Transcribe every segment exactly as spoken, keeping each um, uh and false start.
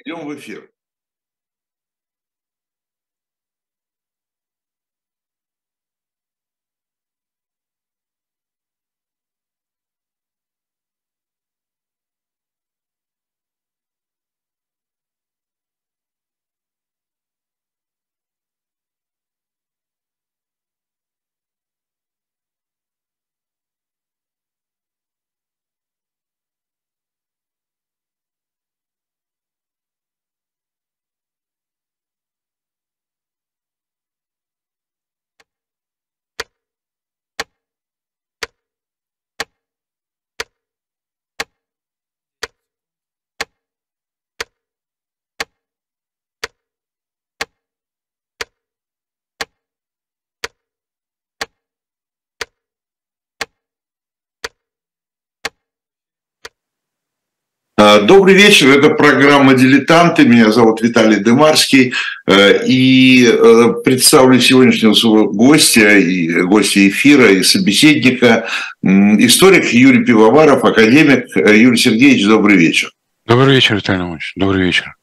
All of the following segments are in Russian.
Идем в эфир. Добрый вечер, это программа «Дилетанты», меня зовут Виталий Дымарский, и представлю сегодняшнего своего гостя, и гостя эфира, и собеседника, историк Юрий Пивоваров, академик. Юрий Сергеевич, добрый вечер. Добрый вечер, Виталий Иванович, добрый вечер.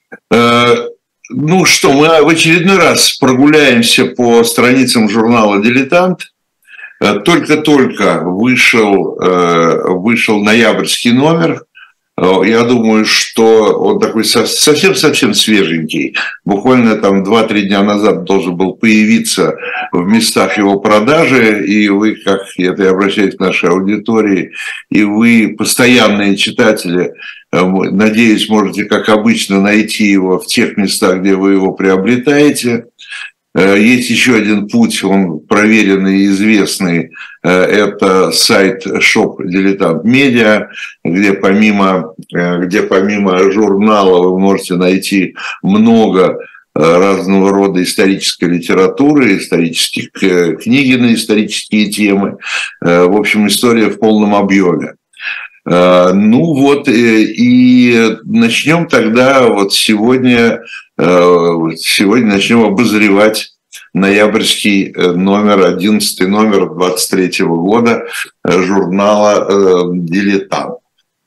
Ну что, мы в очередной раз прогуляемся по страницам журнала «Дилетант». Только-только вышел, вышел ноябрьский номер. Я думаю, что он такой совсем-совсем свеженький. Буквально там два-три дня назад должен был появиться в местах его продажи. И вы, как это я обращаюсь к нашей аудитории, и вы, постоянные читатели, надеюсь, можете, как обычно, найти его в тех местах, где вы его приобретаете. Есть еще один путь, он проверенный и известный, это сайт шоп Дилетант Медиа, где помимо, где помимо журнала вы можете найти много разного рода исторической литературы, исторических книги на исторические темы. В общем, история в полном объеме. Ну вот, и начнем тогда вот сегодня, сегодня начнем обозревать ноябрьский номер, одиннадцатый номер двадцать третьего года журнала «Дилетант».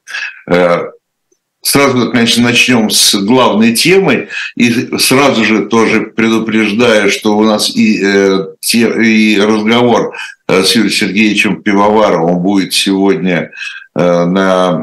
Сразу, конечно, начнем с главной темы, и сразу же тоже предупреждаю, что у нас и, и разговор с Юрием Сергеевичем Пивоваровым будет сегодня на,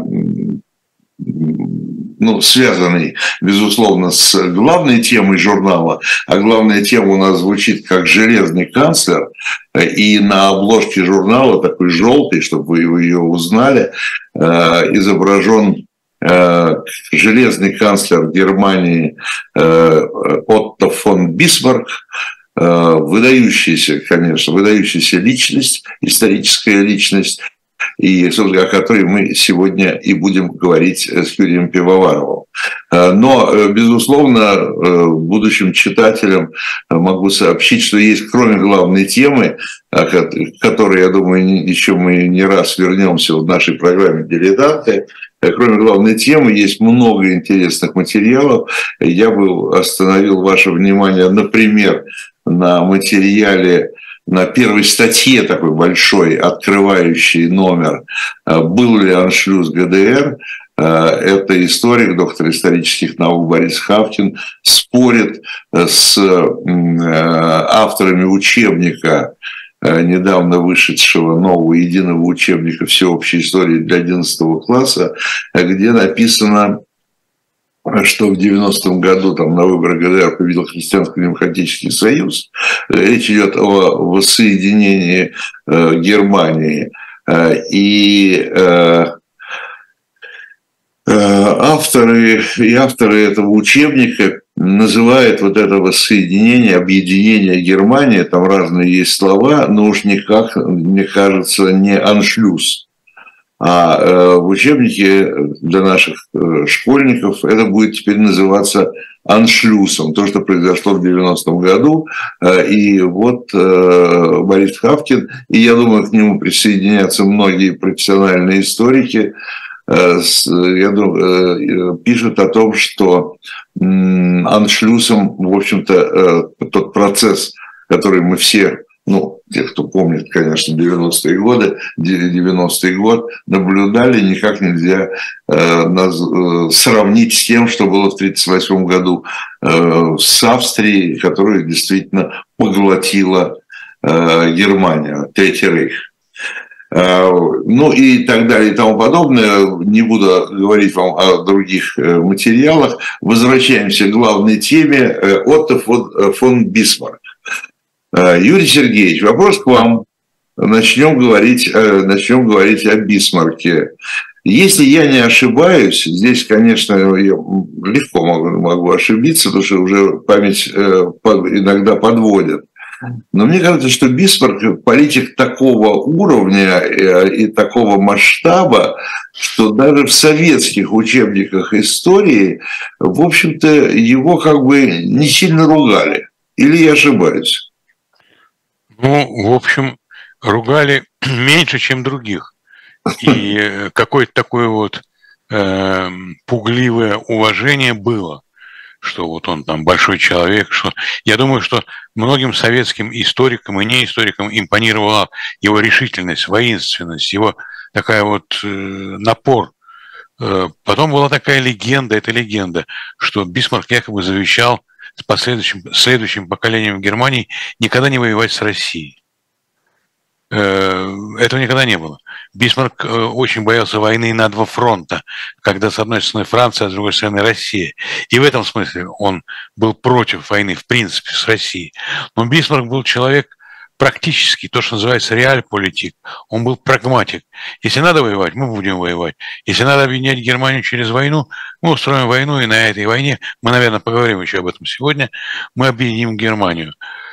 ну, связанный, безусловно, с главной темой журнала, а главная тема у нас звучит как «Железный канцлер», и на обложке журнала, такой желтый, чтобы вы ее узнали, изображен железный канцлер Германии Отто фон Бисмарк, выдающаяся, конечно, выдающаяся личность, историческая личность, и, собственно, о которой мы сегодня и будем говорить с Юрием Пивоваровым. Но, безусловно, будущим читателям могу сообщить, что есть, кроме главной темы, к которой, я думаю, еще мы не раз вернемся в нашей программе «Дилетанты», кроме главной темы, есть много интересных материалов. Я бы остановил ваше внимание, например, на материале, на первой статье такой большой, открывающей номер «Был ли аншлюз ГДР?». Это историк, доктор исторических наук Борис Хавкин спорит с авторами учебника, недавно вышедшего нового единого учебника всеобщей истории для одиннадцатого класса, где написано, что в девяностом году там, на выборах ГДР победил Христианско-демократический союз. Речь идет о воссоединении э, Германии. Э, и э, э, авторы, и авторы этого учебника называют вот это воссоединение, объединение Германии, там разные есть слова, но уж никак, мне кажется, не аншлюз. А э, в учебнике для наших э, школьников это будет теперь называться аншлюсом, то, что произошло в девяностом году. Э, и вот э, Борис Хавкин, и я думаю, к нему присоединятся многие профессиональные историки, э, с, я думаю, э, пишут о том, что э, аншлюсом, в общем-то, э, тот процесс, который мы все ну, те, кто помнит, конечно, девяностые годы, девяностый год, наблюдали, никак нельзя э, наз, э, сравнить с тем, что было в тридцать восьмом году э, с Австрией, которая действительно поглотила э, Германию, Третий рейх. Э, ну и так далее и тому подобное. Не буду говорить вам о других э, материалах. Возвращаемся к главной теме. Э, Отто фон, фон Бисмарк. Юрий Сергеевич, вопрос к вам. Начнем говорить, начнем говорить о Бисмарке. Если я не ошибаюсь, здесь, конечно, я легко могу, могу ошибиться, потому что уже память иногда подводит. Но мне кажется, что Бисмарк политик такого уровня и такого масштаба, что даже в советских учебниках истории, в общем-то, его как бы не сильно ругали. Или я ошибаюсь? Ну, в общем, ругали меньше, чем других. И какое-то такое вот э, пугливое уважение было, что вот он там большой человек. Что... Я думаю, что многим советским историкам и неисторикам импонировала его решительность, воинственность, его такая вот э, напор. Э, потом была такая легенда, это легенда, что Бисмарк якобы завещал с последующим, следующим поколением Германии никогда не воевать с Россией. Этого никогда не было. Бисмарк очень боялся войны на два фронта, когда с одной стороны Франция, а с другой стороны Россия. И в этом смысле он был против войны, в принципе, с Россией. Но Бисмарк был человек практически, то, что называется реаль-политик. Он был прагматик. Если надо воевать, мы будем воевать. Если надо объединять Германию через войну, мы устроим войну, и на этой войне, мы, наверное, поговорим еще об этом сегодня, мы объединим Германию.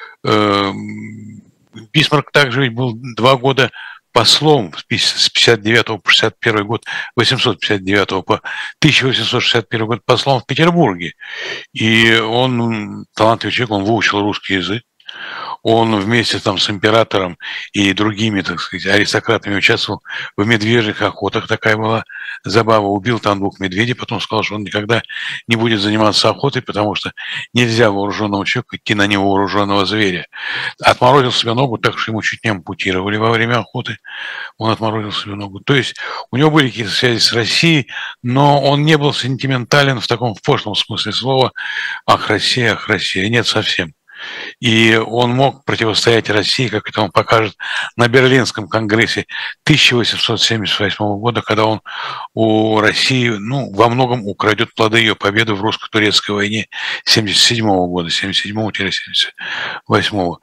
Бисмарк также ведь был два года послом с пятьдесят девятого по шестьдесят первый год, восемьсот пятьдесят девятого по тысяча восемьсот шестьдесят первый год послом в Петербурге. И он талантливый человек, он выучил русский язык. Он вместе там с императором и другими, так сказать, аристократами участвовал в медвежьих охотах. Такая была забава. Убил там двух медведей, потом сказал, что он никогда не будет заниматься охотой, потому что нельзя вооруженному человеку идти на невооруженного зверя. Отморозил себе ногу, так что ему чуть не ампутировали во время охоты. Он отморозил себе ногу. То есть у него были какие-то связи с Россией, но он не был сентиментален в таком в пошлом смысле слова. Ах, Россия, ах, Россия. Нет, совсем. И он мог противостоять России, как это он покажет на Берлинском конгрессе тысяча восемьсот семьдесят восьмого года, когда он у России, ну, во многом украдет плоды ее победы в русско-турецкой войне семьдесят седьмого года, семьдесят седьмого — семьдесят восьмого.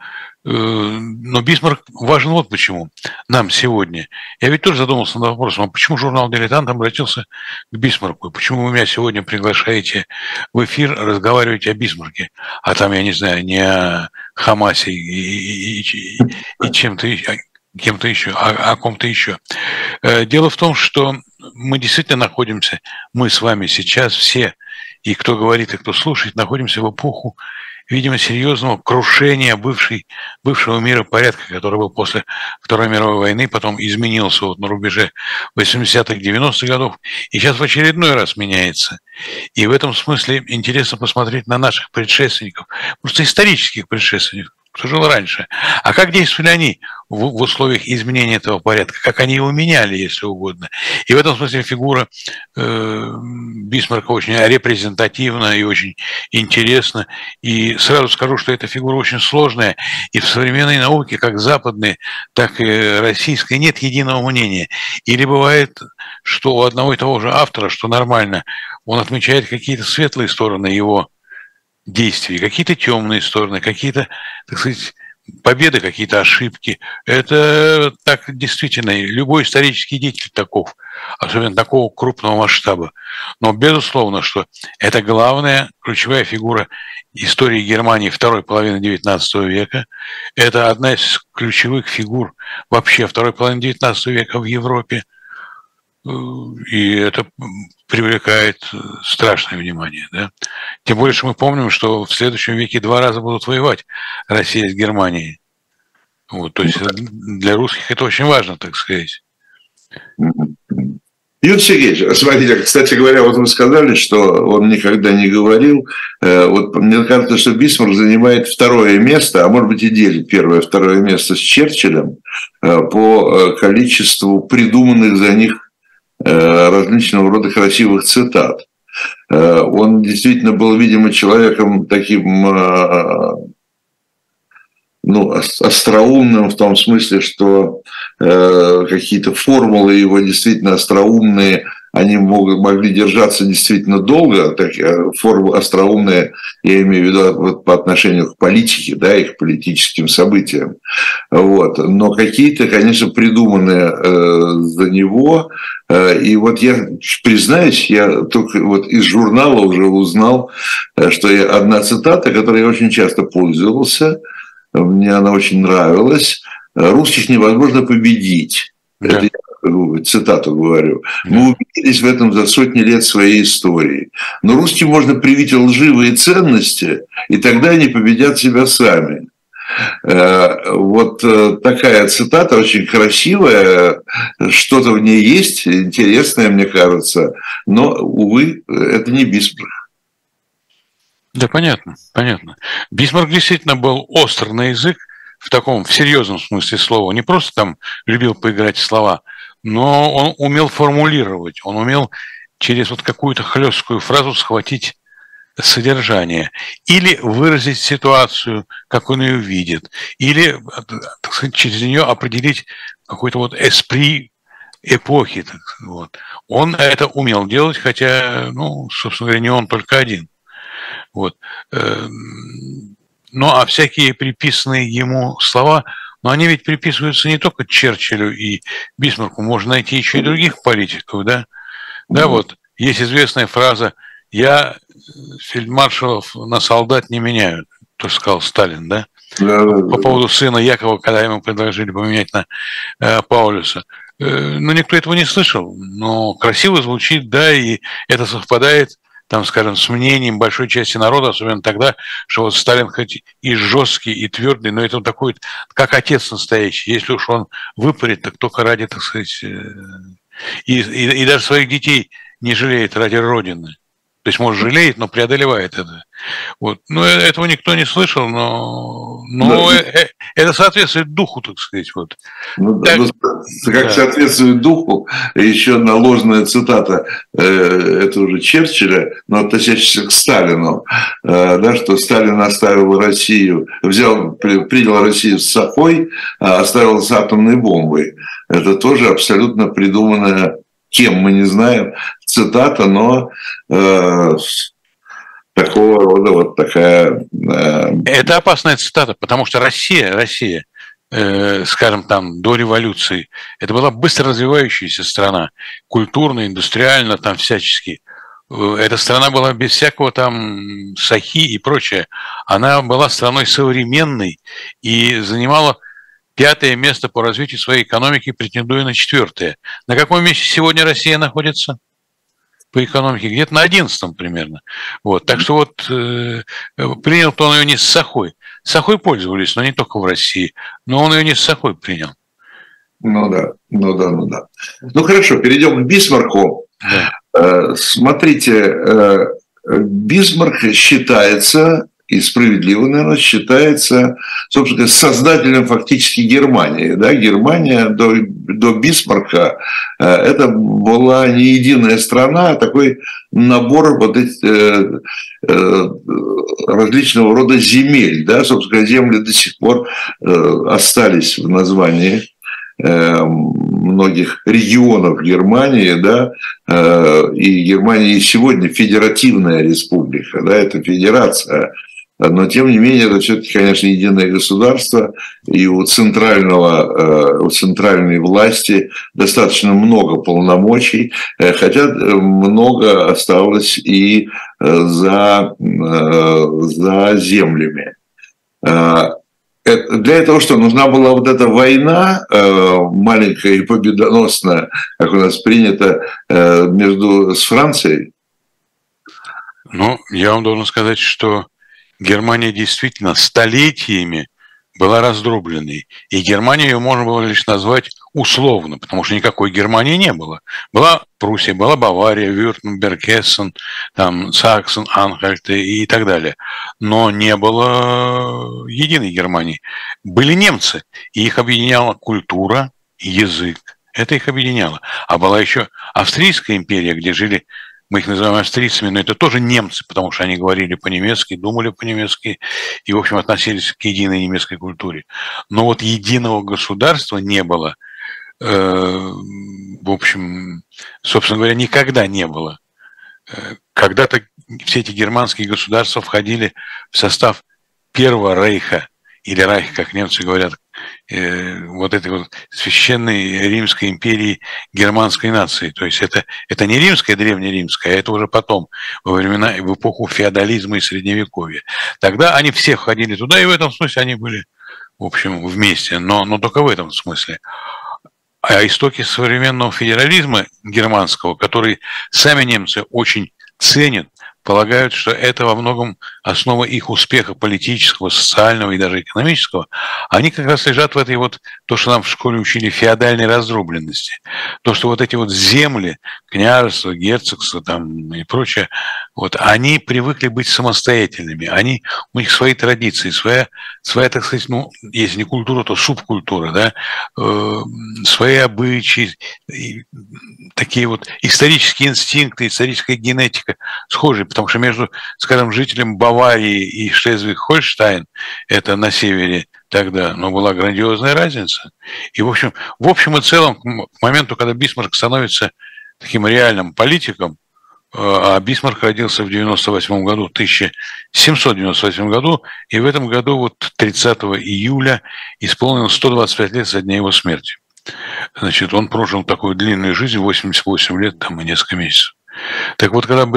Но Бисмарк важен вот почему нам сегодня. Я ведь тоже задумался над вопросом, а почему журнал «Дилетант» обратился к Бисмарку? Почему вы меня сегодня приглашаете в эфир разговаривать о Бисмарке? А там, я не знаю, не о Хамасе и, и, и, и чем-то кем-то еще, о, о ком-то еще. Дело в том, что мы действительно находимся, мы с вами сейчас все, и кто говорит, и кто слушает, находимся в эпоху, видимо, серьезного крушения бывшей, бывшего миропорядка, который был после Второй мировой войны, потом изменился вот на рубеже восьмидесятых — девяностых годов, и сейчас в очередной раз меняется. И в этом смысле интересно посмотреть на наших предшественников, просто исторических предшественников, кто жил раньше. А как действовали они в, в условиях изменения этого порядка? Как они его меняли, если угодно? И в этом смысле фигура э, Бисмарка очень репрезентативна и очень интересна. И сразу скажу, что эта фигура очень сложная. И в современной науке, как западной, так и российской, нет единого мнения. Или бывает, что у одного и того же автора, что нормально, он отмечает какие-то светлые стороны его действий, какие-то темные стороны, какие-то, так сказать, победы, какие-то ошибки. Это так действительно, любой исторический деятель таков, особенно такого крупного масштаба. Но безусловно, что это главная ключевая фигура истории Германии второй половины девятнадцатого века. Это одна из ключевых фигур вообще второй половины девятнадцатого века в Европе. И это привлекает страшное внимание. Да? Тем более, что мы помним, что в следующем веке два раза будут воевать Россия с Германией. Вот, то есть для русских это очень важно, так сказать. Юрий Сергеевич, смотрите, кстати говоря, вот вы сказали, что он никогда не говорил. Вот мне кажется, что Бисмарк занимает второе место, а может быть и делит первое, второе место с Черчиллем по количеству придуманных за них различного рода красивых цитат. Он действительно был, видимо, человеком таким, ну, остроумным в том смысле, что э, какие-то формулы его действительно остроумные, они могут, могли держаться действительно долго, так, формулы остроумные, я имею в виду вот, по отношению к политике, да, и к политическим событиям. Вот. Но какие-то, конечно, придуманные э, за него. Э, и вот я признаюсь, я только вот из журнала уже узнал, что я, одна цитата, которой я очень часто пользовался, мне она очень нравилась. Русских невозможно победить. Да. Это я цитату говорю. Да. Мы убедились в этом за сотни лет своей истории. Но русским можно привить лживые ценности, и тогда они победят себя сами. Вот такая цитата, очень красивая, что-то в ней есть, интересное, мне кажется. Но, увы, это не Бисмарк. Да, понятно, понятно. Бисмарк действительно был остр на язык в таком, в серьезном смысле слова. Не просто там любил поиграть в слова, но он умел формулировать, он умел через вот какую-то хлесткую фразу схватить содержание или выразить ситуацию, как он ее видит, или, так сказать, через нее определить какой-то вот эспри эпохи. Вот. Он это умел делать, хотя, ну, собственно говоря, не он только один. Вот. Ну, а всякие приписанные ему слова, но они ведь приписываются не только Черчиллю и Бисмарку, можно найти еще и других политиков, да? Да, вот, есть известная фраза «Я фельдмаршалов на солдат не меняю», то, что сказал Сталин, да? Да, да, по поводу сына Якова, когда ему предложили поменять на э, Паулюса. Э, ну, никто этого не слышал, но красиво звучит, да, и это совпадает, там, скажем, с мнением большой части народа, особенно тогда, что вот Сталин хоть и жесткий, и твердый, но это он такой, как отец настоящий. Если уж он выпарит, так только ради, так сказать, и, и, и даже своих детей не жалеет ради Родины. То есть, может, жалеет, но преодолевает это. Вот. Ну, этого никто не слышал, но, но да. это соответствует духу, так сказать. Вот. Ну, так, ну, как да. соответствует духу, еще одна ложная цитата, э, это уже Черчилля, но относящаяся к Сталину, э, да, что Сталин оставил Россию, взял, при, принял Россию с сахой, а оставил с атомной бомбой. Это тоже абсолютно придуманная, кем мы не знаем, цитата, но э, такого рода вот такая... Э... Это опасная цитата, потому что Россия, Россия, э, скажем там, до революции, это была быстро развивающаяся страна, культурно, индустриально, там всячески. Эта страна была без всякого там сахи и прочее. Она была страной современной и занимала пятое место по развитию своей экономики, претендуя на четвертое. На каком месте сегодня Россия находится по экономике? Где-то на одиннадцатом примерно. Вот. Так что вот э, принял-то он ее не с сахой. С сахой пользовались, но не только в России. Но он ее не с сахой принял. Ну да, ну да, ну да. Ну хорошо, перейдем к Бисмарку. Да. Э, смотрите, э, Бисмарк считается... и справедливо, наверное, считается, собственно, создателем фактически Германии. Да? Германия до, до Бисмарка э, это была не единая страна, а такой набор вот этих, э, э, различного рода земель. Да? Собственно, земли до сих пор э, остались в названии э, многих регионов Германии, да, э, и Германия и сегодня федеративная республика, да, это федерация. Но, тем не менее, это все-таки, конечно, единое государство, и у, центрального, у центральной власти достаточно много полномочий, хотя много осталось и за, за землями. Для этого что? Нужна была вот эта война маленькая и победоносная, как у нас принято, между, с Францией? Ну, я вам должен сказать, что Германия действительно столетиями была раздробленной. И Германию ее можно было лишь назвать условно, потому что никакой Германии не было. Была Пруссия, была Бавария, Вюртемберг, Эссен, там, Саксон, Анхальт и так далее. Но не было единой Германии. Были немцы, и их объединяла культура и язык. Это их объединяло. А была еще Австрийская империя, где жили, мы их называем австрийцами, но это тоже немцы, потому что они говорили по-немецки, думали по-немецки и, в общем, относились к единой немецкой культуре. Но вот единого государства не было. В общем, собственно говоря, никогда не было. Когда-то все эти германские государства входили в состав Первого Рейха, или Райх, как немцы говорят, вот этой вот священной Римской империи германской нации. То есть это, это не римская, древнеримская, а это уже потом, во времена, в эпоху феодализма и средневековья. Тогда они все входили туда, и в этом смысле они были, в общем, вместе, но, но только в этом смысле. А истоки современного федерализма германского, который сами немцы очень ценят, полагают, что это во многом основа их успеха политического, социального и даже экономического, они как раз лежат в этой вот, то, что нам в школе учили, феодальной раздробленности. То, что вот эти вот земли, княжества, герцогства там и прочее, вот, они привыкли быть самостоятельными, они, у них свои традиции, своя, своя, так сказать, ну, если не культура, то субкультура, да, э, свои обычаи, и такие вот исторические инстинкты, историческая генетика схожие, потому что между, скажем, жителем Баварии и Шлезвиг-Хольштайн, это на севере тогда, но была грандиозная разница. И, в общем, в общем и целом, к моменту, когда Бисмарк становится таким реальным политиком, а Бисмарк родился в девяносто восьмом году, в тысяча семьсот девяносто восьмом году, и в этом году, вот тридцатого июля, исполнилось сто двадцать пять лет со дня его смерти. Значит, он прожил такую длинную жизнь, восемьдесят восемь лет там, и несколько месяцев. Так вот, когда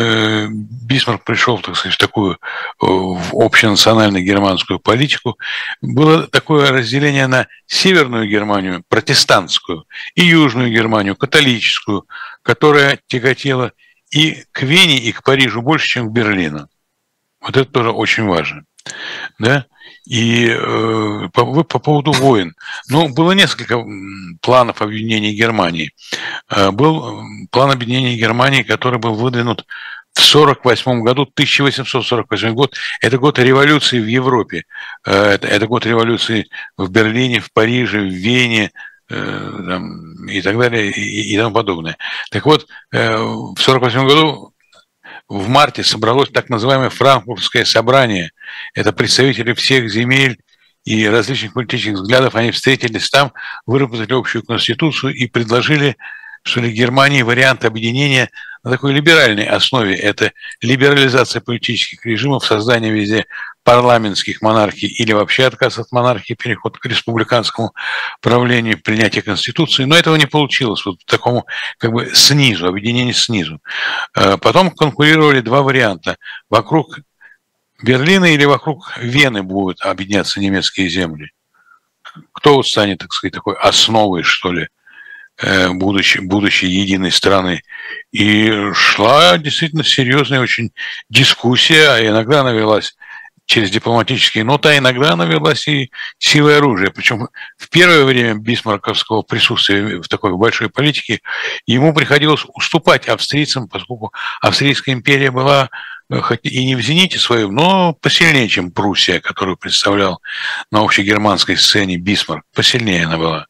Бисмарк пришел, так сказать, в такую в общенациональную германскую политику, было такое разделение на Северную Германию, протестантскую, и Южную Германию, католическую, которая тяготела и к Вене, и к Парижу больше, чем к Берлину. Вот это тоже очень важно. Да? И э, по, по поводу войн. Ну, было несколько планов объединения Германии. Э, был план объединения Германии, который был выдвинут в сорок восьмом году, тысяча восемьсот сорок восьмой год. Это год революции в Европе. Э, это, это год революции в Берлине, в Париже, в Вене, э, там, и так далее, и, и тому подобное. Так вот, э, в сорок восьмом году в марте собралось так называемое Франкфуртское собрание. Это представители всех земель и различных политических взглядов. Они встретились там, выработали общую конституцию и предложили, что ли, Германии вариант объединения на такой либеральной основе. Это либерализация политических режимов, создание везде парламентских монархий или вообще отказ от монархии, переход к республиканскому правлению, принятие Конституции. Но этого не получилось. Вот такому как бы снизу, объединение снизу. Потом конкурировали два варианта. Вокруг Берлина или вокруг Вены будут объединяться немецкие земли. Кто вот станет, так сказать, такой основой, что ли, будущей, будущей единой страны. И шла действительно серьезная очень дискуссия, а иногда она велась через дипломатические ноты, а иногда она велась и силой оружия. Причем в первое время бисмарковского присутствия в такой большой политике ему приходилось уступать австрийцам, поскольку Австрийская империя была хоть и не в зените своем, но посильнее, чем Пруссия, которую представлял на общегерманской сцене Бисмарк. Посильнее она была.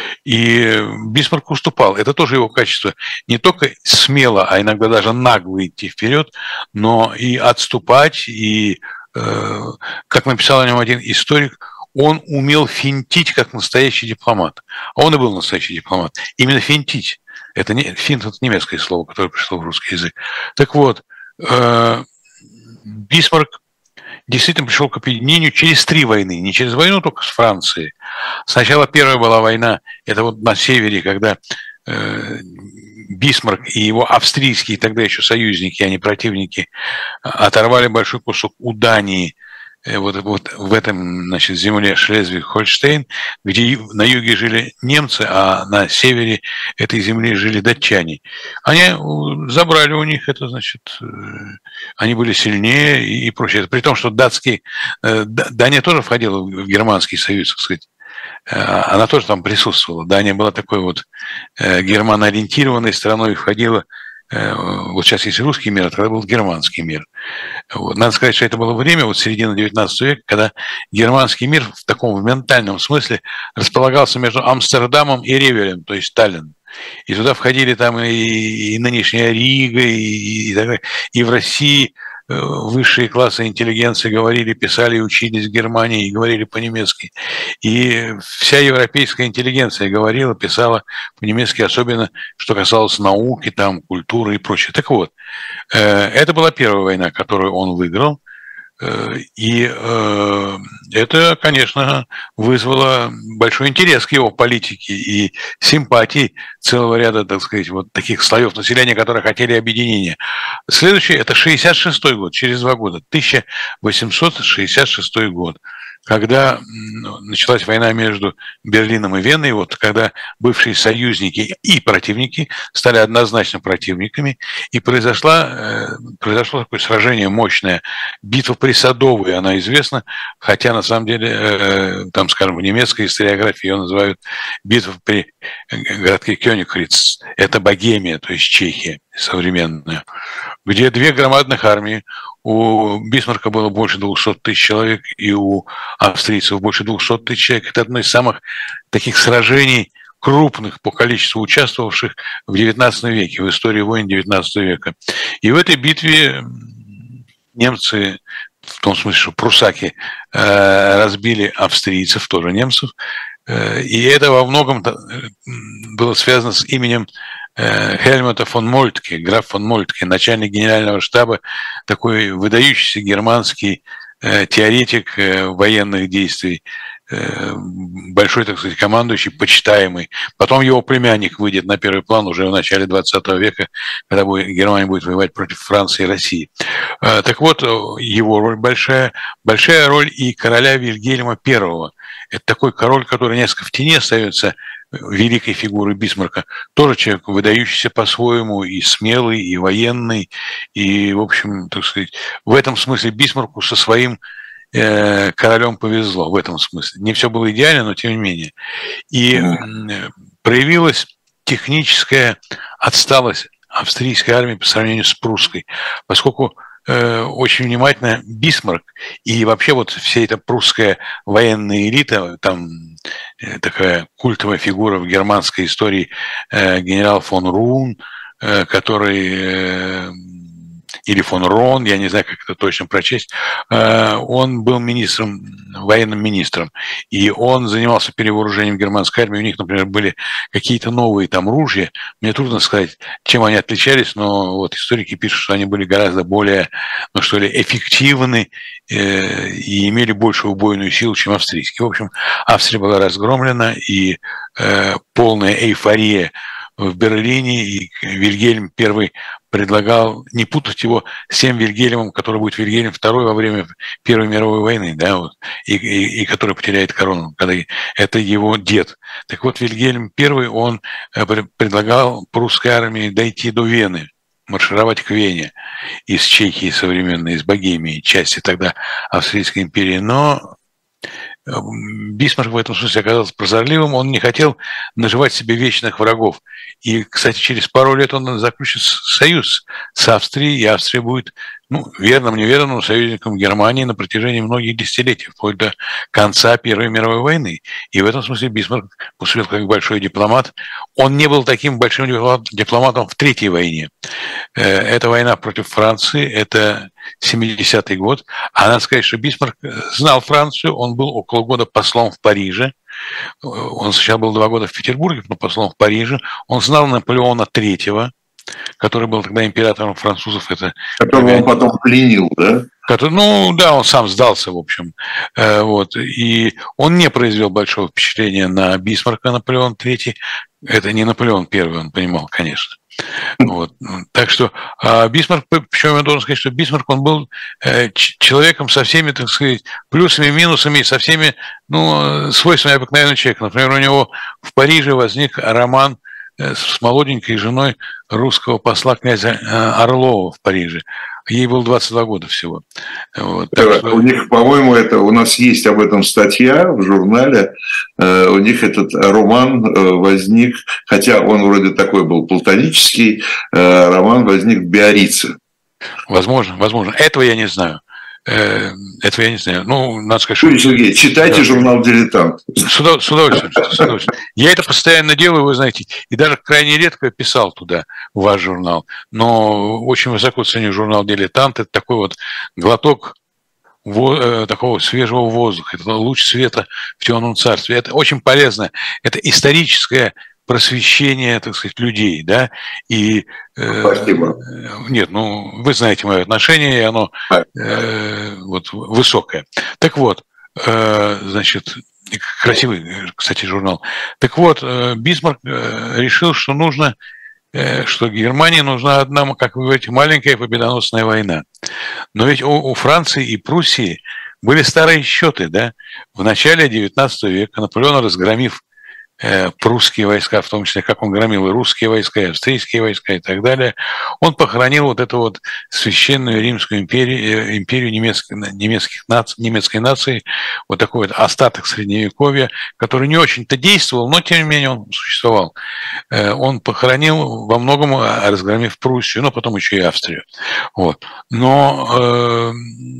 И Бисмарк уступал. Это тоже его качество. Не только смело, а иногда даже нагло идти вперед, но и отступать, и, э, как написал о нем один историк, он умел финтить, как настоящий дипломат. А он и был настоящий дипломат. Именно финтить. Это не, финт – это немецкое слово, которое пришло в русский язык. Так вот, Бисмарк действительно пришел к объединению через три войны, не через войну только с Францией. Сначала первая была война, это вот на севере, когда э, Бисмарк и его австрийские тогда еще союзники, а не противники, оторвали большой кусок у Дании, вот, вот в этом, значит, земле Шлезвиг-Хольштейн, где на юге жили немцы, а на севере этой земли жили датчане. Они забрали у них это, значит, они были сильнее и, и прочее. При том, что датский, Дания тоже входила в Германский союз, так сказать, она тоже там присутствовала. Дания была такой вот германоориентированной страной, входила, вот сейчас есть русский мир, а тогда был германский мир. Вот. Надо сказать, что это было время, вот середина девятнадцатого века, когда германский мир в таком в ментальном смысле располагался между Амстердамом и Ревелем, то есть Таллином. И туда входили там и, и нынешняя Рига, и, и, и, и в России высшие классы интеллигенции говорили, писали, учились в Германии и говорили по-немецки. И вся европейская интеллигенция говорила, писала по-немецки, особенно что касалось науки, там, культуры и прочее. Так вот, это была первая война, которую он выиграл. И это, конечно, вызвало большой интерес к его политике и симпатии целого ряда, так сказать, вот таких слоев населения, которые хотели объединения. Следующий – это шестьдесят шестой год, через два года, тысяча восемьсот шестьдесят шестой год, когда началась война между Берлином и Веной, вот когда бывшие союзники и противники стали однозначно противниками, и произошло, произошло такое сражение мощное, битва при Садовой, она известна, хотя на самом деле, там, скажем, в немецкой историографии ее называют битва при городке Кёнигсберг, это Богемия, то есть Чехия современная, где две громадных армии. У Бисмарка было больше двухсот тысяч человек, и у австрийцев больше двухсот тысяч человек. Это одно из самых таких сражений крупных по количеству участвовавших в девятнадцатом веке, в истории войн девятнадцатого века. И в этой битве немцы, в том смысле, что прусаки разбили австрийцев, тоже немцев, и это во многом было связано с именем Хельмута фон Мольтке, граф фон Мольтке, начальник генерального штаба, такой выдающийся германский э, теоретик э, военных действий, э, большой, так сказать, командующий, почитаемый. Потом его племянник выйдет на первый план уже в начале двадцатого века, когда будет, Германия будет воевать против Франции и России. Э, так вот, его роль большая, большая роль и короля Вильгельма Первого. Это такой король, который несколько в тени остается великой фигуры Бисмарка, тоже человек, выдающийся по-своему, и смелый, и военный, и, в общем, так сказать, в этом смысле Бисмарку со своим э, королем повезло, в этом смысле. Не все было идеально, но тем не менее. И э, проявилась техническая отсталость австрийской армии по сравнению с прусской, поскольку очень внимательно Бисмарк и вообще вот вся эта прусская военная элита, там такая культовая фигура в германской истории генерал фон Рун, который, или фон Рон, я не знаю, как это точно прочесть, он был министром, военным министром, и он занимался перевооружением германской армии. У них, например, были какие-то новые там ружья. Мне трудно сказать, чем они отличались, но вот историки пишут, что они были гораздо более, ну что ли, эффективны э, и имели большую убойную силу, чем австрийские. В общем, Австрия была разгромлена, и э, полная эйфория в Берлине, и Вильгельм Первый предлагал не путать его с тем Вильгельмом, который будет Вильгельм Второй во время Первой мировой войны, да, вот, и, и, и который потеряет корону, когда это его дед. Так вот, Вильгельм Первый, он предлагал прусской армии дойти до Вены, маршировать к Вене из Чехии современной, из Богемии, части тогда Австрийской империи, но Бисмарк в этом смысле оказался прозорливым, он не хотел наживать себе вечных врагов. И, кстати, через пару лет он заключит союз с Австрией, и Австрия будет, ну, верным, неверным союзником Германии на протяжении многих десятилетий, вплоть до конца Первой мировой войны. И в этом смысле Бисмарк поступил как большой дипломат. Он не был таким большим дипломатом в Третьей войне. Это война против Франции, это семидесятый год. А надо сказать, что Бисмарк знал Францию, он был около года послом в Париже. Он сначала был два года в Петербурге, но послом в Париже. Он знал Наполеона Третьего, который был тогда императором французов. Это которого он потом пленил, да? Который, ну да, он сам сдался, в общем. Вот. И он не произвел большого впечатления на Бисмарка, Наполеон Третий. Это не Наполеон Первый, он понимал, конечно. Вот. Так что а Бисмарк, причем я должен сказать, что Бисмарк, он был э, человеком со всеми, так сказать, плюсами, минусами, со всеми, ну, свойствами обыкновенного человека. Например, у него в Париже возник роман с молоденькой женой русского посла князя Орлова в Париже. Ей было двадцать два года всего. Вот, что... У них, по-моему, это у нас есть об этом статья в журнале. У них этот роман возник, хотя он вроде такой был платонический, роман возник в Биорице. Возможно, возможно. Этого я не знаю. Этого я не знаю. Ну, надо сказать, что... Сергей, читайте да. журнал «Дилетант». С удовольствием, с удовольствием. Я это постоянно делаю, вы знаете, и даже крайне редко писал туда, в ваш журнал. Но очень высоко ценю журнал «Дилетант». Это такой вот глоток такого свежего воздуха. Это луч света в темном царстве. Это очень полезно. Это историческое просвещение, так сказать, людей, да, и... Спасибо. Э, нет, ну, вы знаете мое отношение, и оно э, вот, высокое. Так вот, э, значит, красивый, кстати, журнал. Так вот, э, Бисмарк э, решил, что нужно, э, что Германии нужна одна, как вы говорите, маленькая победоносная война. Но ведь у, у Франции и Пруссии были старые счеты, да, в начале девятнадцатого века Наполеон, разгромив прусские войска, в том числе, как он громил и русские войска, и австрийские войска и так далее, он похоронил вот эту вот священную Римскую империю, империю немецких, немецких наций, немецкой нации, вот такой вот остаток Средневековья, который не очень-то действовал, но тем не менее он существовал. Он похоронил во многом, разгромив Пруссию, но потом еще и Австрию. Вот. Но э,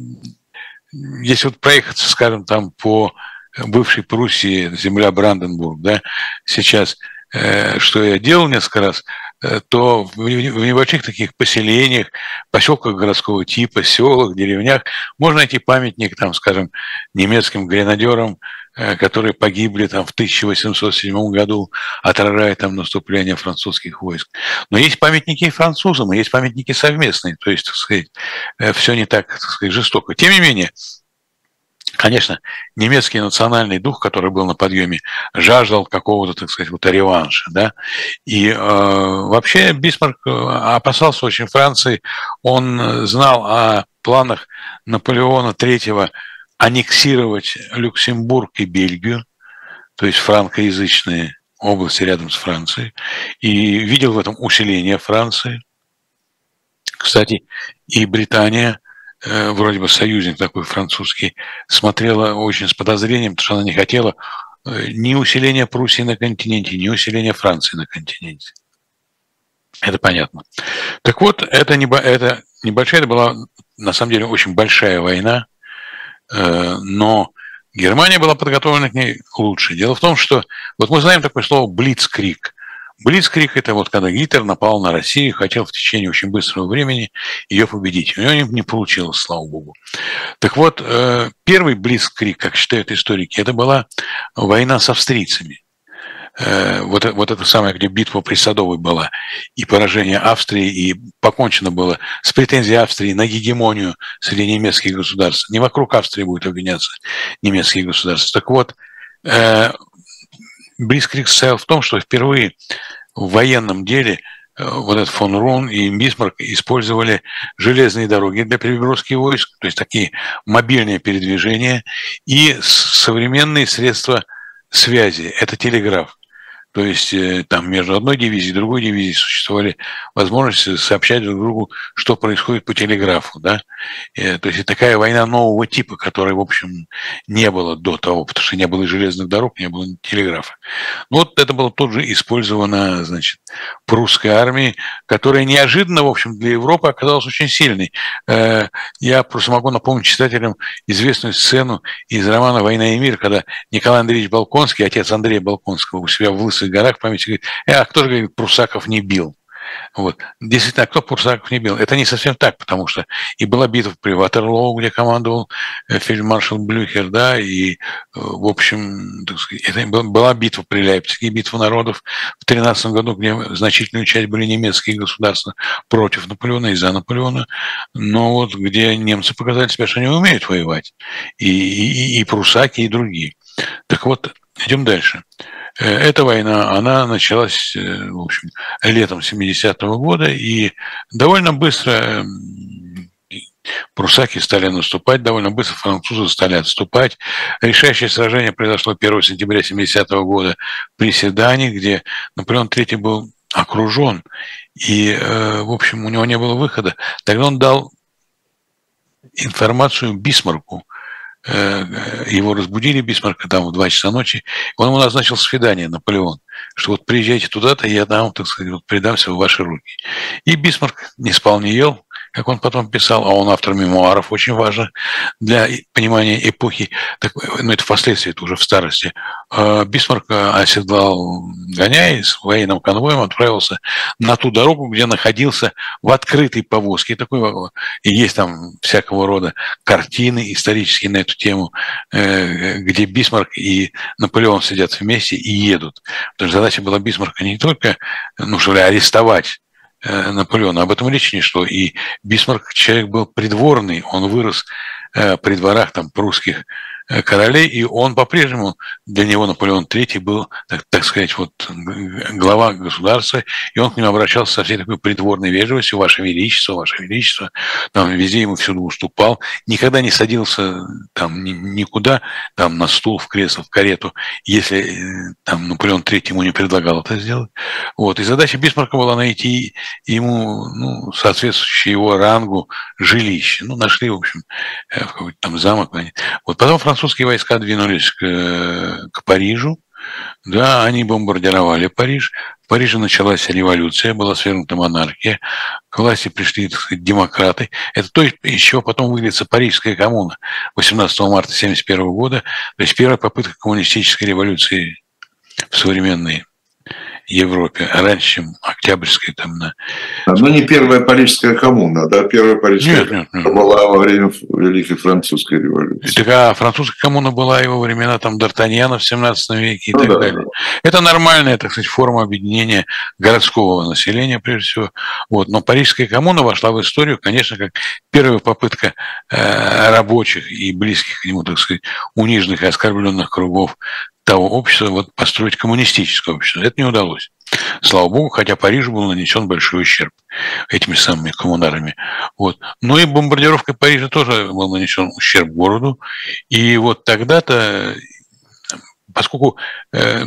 если вот проехаться, скажем, там по бывшей Пруссии, земля Бранденбург, да, сейчас, э, что я делал несколько раз, э, то в, в небольших таких поселениях, поселках городского типа, селах, деревнях можно найти памятник, там, скажем, немецким гренадерам, э, которые погибли там в тысяча восемьсот седьмом году, отражая там наступление французских войск. Но есть памятники и французам, и есть памятники совместные, то есть, так сказать, э, все не так, так сказать, жестоко. Тем не менее, конечно, немецкий национальный дух, который был на подъеме, жаждал какого-то, так сказать, вот реванша, да. И э, вообще Бисмарк опасался очень Франции. Он знал о планах Наполеона третьего аннексировать Люксембург и Бельгию, то есть франкоязычные области рядом с Францией, и видел в этом усиление Франции. Кстати, и Британия, вроде бы союзник такой французский, смотрела очень с подозрением, потому что она не хотела ни усиления Пруссии на континенте, ни усиления Франции на континенте. Это понятно. Так вот, это, не, это небольшая, это была на самом деле очень большая война, но Германия была подготовлена к ней лучше. Дело в том, что вот мы знаем такое слово «блицкриг». Блицкриг – это вот когда Гитлер напал на Россию, хотел в течение очень быстрого времени ее победить. У него не получилось, слава богу. Так вот, первый блицкриг, как считают историки, это была война с австрийцами. Вот, вот это самое, где битва при Садовой была, и поражение Австрии, и покончено было с претензией Австрии на гегемонию среди немецких государств. Не вокруг Австрии будет объединяться немецкие государства. Так вот, блицкриг состоял в том, что впервые в военном деле вот этот фон Рун и Бисмарк использовали железные дороги для переброски войск, то есть такие мобильные передвижения, и современные средства связи, это телеграф. То есть там между одной дивизией и другой дивизией существовали возможности сообщать друг другу, что происходит по телеграфу. Да? То есть такая война нового типа, которой, в общем, не было до того, потому что не было железных дорог, не было телеграфа. Но вот это было тут же использовано, значит, прусской армией, которая неожиданно, в общем, для Европы оказалась очень сильной. Я просто могу напомнить читателям известную сцену из романа «Война и мир», когда Николай Андреевич Болконский, отец Андрея Болконского, у себя в Лысых горах в памяти говорит: а кто же, говорит, прусаков не бил? Вот. Действительно, а кто прусаков не бил? Это не совсем так, потому что и была битва при Ватерлоу, где командовал фельдмаршал Блюхер, да, и, в общем, так сказать, это была битва при Лейпциге, битва народов в тринадцатом году, где значительную часть были немецкие государства против Наполеона и за Наполеона, но вот где немцы показали себя, что они умеют воевать, и, и, и прусаки, и другие. Так вот, идем дальше. Эта война, она началась, в общем, летом семидесятого года, и довольно быстро прусаки стали наступать, довольно быстро французы стали отступать. Решающее сражение произошло первого сентября семидесятого года при Седане, где Наполеон третий был окружен, и, в общем, у него не было выхода. Тогда он дал информацию Бисмарку. Его разбудили, Бисмарка, там в два часа ночи. Он ему назначил свидание, Наполеон, что вот приезжайте туда-то, я дам, так сказать, вот предамся в ваши руки. И Бисмарк не спал, не ел, как он потом писал, а он автор мемуаров, очень важно для понимания эпохи, так, ну это впоследствии, это уже в старости. Бисмарк оседлал коня и с военным конвоем отправился на ту дорогу, где находился в открытой повозке. Такой, и есть там всякого рода картины исторические на эту тему, где Бисмарк и Наполеон сидят вместе и едут. Потому что задача была Бисмарка не только, ну что ли, арестовать Наполеона, об этом речи не шло. И Бисмарк человек был придворный, он вырос при дворах там прусских королей, и он по-прежнему, для него Наполеон третий был, так, так сказать, вот глава государства, и он к нему обращался со всей такой придворной вежливостью: «Ваше Величество, Ваше Величество», там везде ему всюду уступал, никогда не садился там никуда, там на стул, в кресло, в карету, если там Наполеон третий ему не предлагал это сделать. Вот. И задача Бисмарка была найти ему, ну, соответствующее его рангу жилище. Ну, нашли, в общем, в какой-то там замок. Вот потом французские войска двинулись к, к Парижу, да, они бомбардировали Париж. В Париже началась революция, была свергнута монархия, к власти пришли, так сказать, демократы. Это то, из чего потом выльется Парижская коммуна восемнадцатого марта тысяча девятьсот семьдесят первого года, то есть первая попытка коммунистической революции в современной Европе, раньше, чем Октябрьская там на... Ну, не первая Парижская коммуна, да, первая Парижская нет, нет, нет. была во время Великой Французской революции. Такая французская коммуна была и во времена там Д'Артаньяна в семнадцатом веке и ну, так да, далее. Да. Это нормальная, так сказать, форма объединения городского населения, прежде всего. Вот. Но Парижская коммуна вошла в историю, конечно, как первая попытка э, рабочих и близких к нему, так сказать, униженных и оскорбленных кругов того общества, вот построить коммунистическое общество. Это не удалось. Слава богу, хотя Парижу был нанесен большой ущерб этими самыми коммунарами. Вот. Но и бомбардировкой Парижа тоже был нанесен ущерб городу. И вот тогда-то, поскольку э,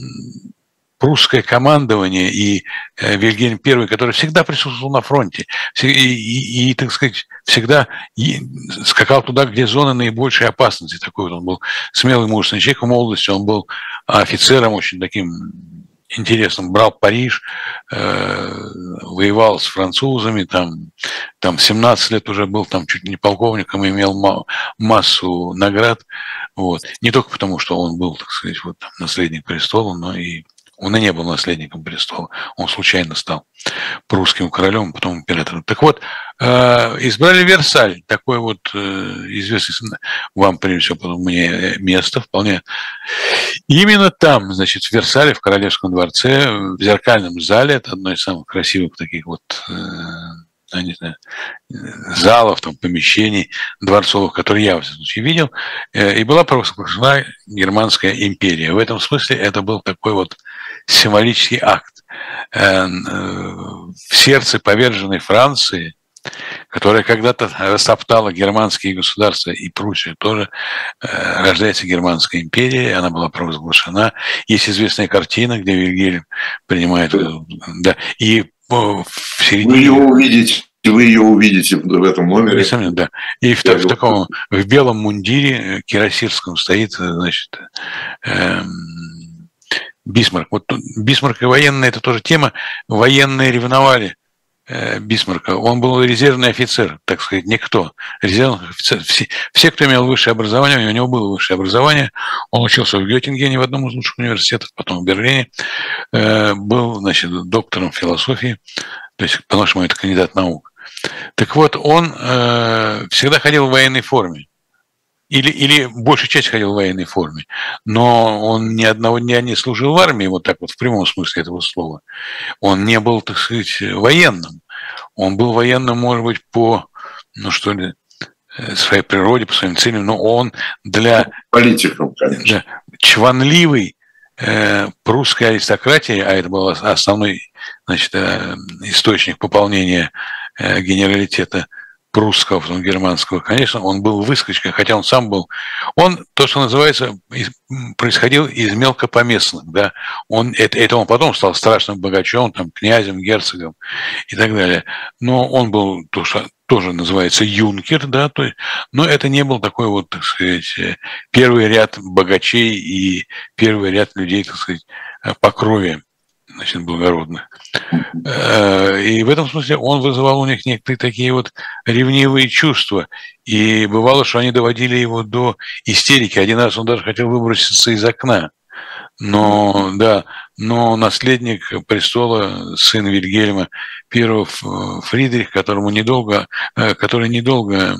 прусское командование и э, Вильгельм Первый, который всегда присутствовал на фронте, и, и, и так сказать, всегда и скакал туда, где зона наибольшей опасности. Такой вот он был смелый, мужественный человек в молодости, он был офицером очень таким интересным, брал Париж, э, воевал с французами, там, там семнадцать лет уже был, там чуть не полковником, имел ма- массу наград. Вот. Не только потому, что он был, так сказать, вот, там, наследник престола, но и он и не был наследником престола, он случайно стал прусским королем, потом императором. Так вот, э, избрали Версаль, такое вот э, известное вам, прежде всего, мне место, вполне. И именно там, значит, в Версале, в Королевском дворце, в зеркальном зале, это одно из самых красивых таких вот, э, не знаю, залов, там, помещений дворцовых, которые я, в всяком случае, видел, э, и была провозглашена Германская империя. В этом смысле это был такой вот символический акт. В сердце поверженной Франции, которая когда-то растоптала германские государства, и Пруссию тоже, рождается Германская империя, она была провозглашена. Есть известная картина, где Вильгельм принимает... Да, и в середине... Вы ее увидите. Вы ее увидите в этом номере. Несомненно, да. И в, в таком в белом мундире кирасирском стоит, значит, эм, Бисмарк. Вот Бисмарк и военные — это тоже тема. Военные ревновали э, Бисмарка. Он был резервный офицер, так сказать, никто. Резервный офицер. Все, все, кто имел высшее образование, у него было высшее образование. Он учился в Геттингене, в одном из лучших университетов, потом в Берлине. Э, был, значит, доктором философии. То есть, по-нашему, это кандидат наук. Так вот, он э, всегда ходил в военной форме. Или, или большая часть ходил в военной форме. Но он ни одного дня не служил в армии, вот так вот в прямом смысле этого слова. Он не был, так сказать, военным. Он был военным, может быть, по, ну что ли, своей природе, по своим целям, но он для... Политиком, конечно. Да, чванливый э, прусской аристократии, а это был основной, значит, э, источник пополнения э, генералитета прусского, потом германского, конечно, он был выскочкой, хотя он сам был, он, то, что называется, происходил из мелкопоместных, да, он, это, это он потом стал страшным богачом, там, князем, герцогом и так далее, но он был, то, что тоже называется юнкер, да, то есть, но это не был такой вот, так сказать, первый ряд богачей и первый ряд людей, так сказать, по крови, значит, благородных. И в этом смысле он вызывал у них некоторые такие вот ревнивые чувства. И бывало, что они доводили его до истерики. Один раз он даже хотел выброситься из окна. Но, да, но наследник престола, сын Вильгельма I Фридрих, которому недолго, который недолго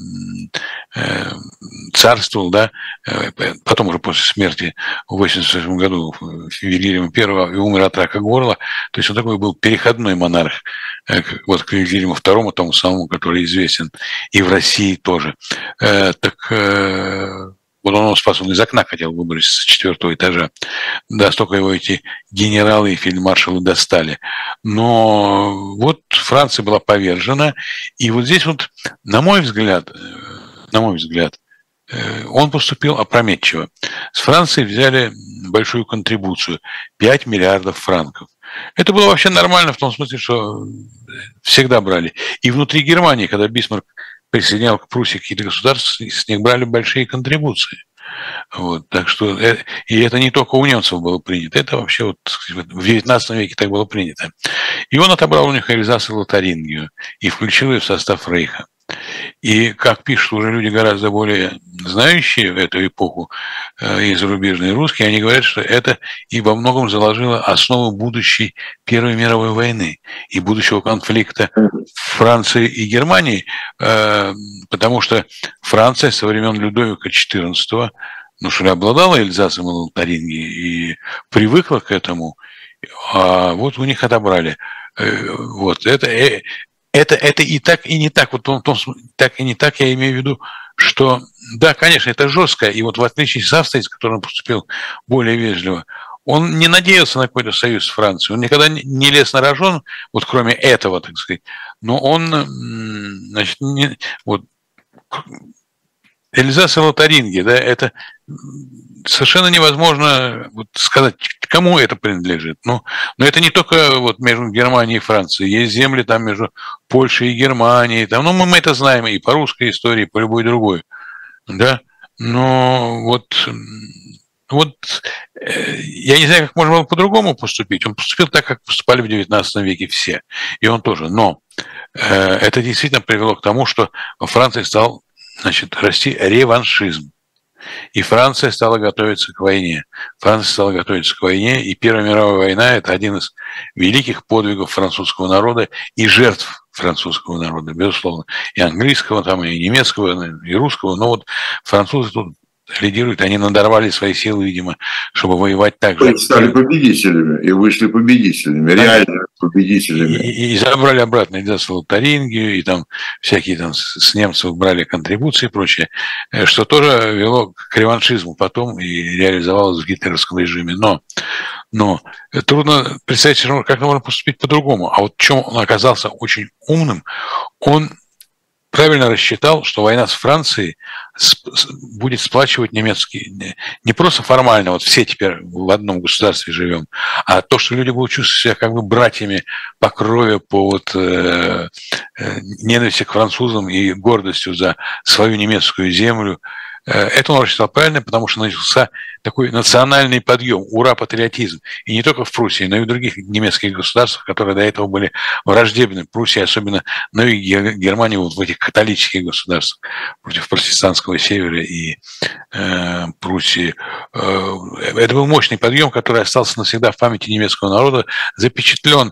царствовал, да, потом уже после смерти в восемьдесят шестом году Вильгельма I и умер от рака горла, то есть он такой был переходной монарх, вот к Вильгельму второму, тому самому, который известен и в России тоже. Так вот он его спас, он из окна хотел выброситься с четвертого этажа. Да, столько его эти генералы и фельдмаршалы достали. Но вот Франция была повержена. И вот здесь вот, на мой взгляд, на мой взгляд, он поступил опрометчиво. С Франции взяли большую контрибуцию – пять миллиардов франков. Это было вообще нормально в том смысле, что всегда брали. И внутри Германии, когда Бисмарк присоединял к Пруссии какие-то государства, с них брали большие контрибуции. Вот, так что, и это не только у немцев было принято, это вообще вот в девятнадцатом веке так было принято. И он отобрал у них Эльзас и Лотарингию и включил ее в состав Рейха. И, как пишут уже люди гораздо более знающие эту эпоху и зарубежные русские, они говорят, что это и во многом заложило основу будущей Первой мировой войны и будущего конфликта Франции и Германии, потому что Франция со времен Людовика четырнадцатого, ну, что ли, обладала Эльзасом и Лотарингией и привыкла к этому, а вот у них отобрали. Вот это... Это, это и так, и не так. Вот он, он, так и не так, я имею в виду, что, да, конечно, это жестко, и вот в отличие от Австрии, с которым он поступил более вежливо, он не надеялся на какой-то союз с Францией, он никогда не лез на рожон, вот кроме этого, так сказать, но он, значит, не, вот, Эльзас и Лотарингия, да, это совершенно невозможно вот сказать, кому это принадлежит. Ну, но это не только вот между Германией и Францией. Есть земли там между Польшей и Германией. Там, ну, мы, мы это знаем и по русской истории, и по любой другой. Да? Но вот, вот я не знаю, как можно было по-другому поступить. Он поступил так, как поступали в девятнадцатом веке все. И он тоже. Но это действительно привело к тому, что во Франции стал, значит, расти реваншизм. И Франция стала готовиться к войне. Франция стала готовиться к войне, и Первая мировая война – это один из великих подвигов французского народа и жертв французского народа, безусловно. И английского, там, и немецкого, и русского. Но вот французы тут лидируют, они надорвали свои силы, видимо, чтобы воевать так же. Они стали победителями и вышли победителями, реально победителями. И, и, и забрали обратно Эльзас и Лотарингию, и там всякие там с немцев брали контрибуции и прочее, что тоже вело к реваншизму потом и реализовалось в гитлеровском режиме. Но, но трудно представить, как можно поступить по-другому. А вот в чем он оказался очень умным, он правильно рассчитал, что война с Францией будет сплачивать немецкие, не просто формально, вот все теперь в одном государстве живем, а то, что люди будут чувствовать себя как бы братьями по крови, по вот, э, э, ненависти к французам и гордостью за свою немецкую землю. Это он рассчитал правильно, потому что начался такой национальный подъем, ура-патриотизм. И не только в Пруссии, но и в других немецких государствах, которые до этого были враждебны Пруссии, особенно на юге Германии, вот в этих католических государствах, против протестантского севера и э, Пруссии. Это был мощный подъем, который остался навсегда в памяти немецкого народа, запечатлен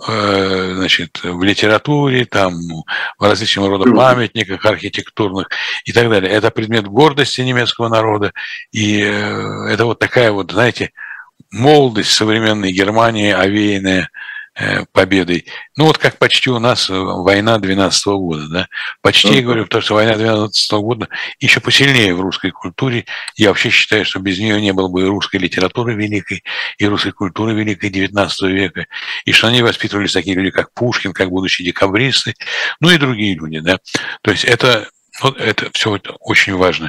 значит, в литературе, там, в различного рода памятниках архитектурных и так далее. Это предмет гордости немецкого народа, и это вот такая вот, знаете, молодость современной Германии, овеянная победой. Ну, вот как почти у нас война двенадцатого года, да. Почти, я говорю, потому что война двенадцатого года еще посильнее в русской культуре. Я вообще считаю, что без нее не было бы и русской литературы великой, и русской культуры великой девятнадцатого века, и что они воспитывались такие люди, как Пушкин, как будущие декабристы, ну и другие люди, да. То есть это, вот это все это очень важно.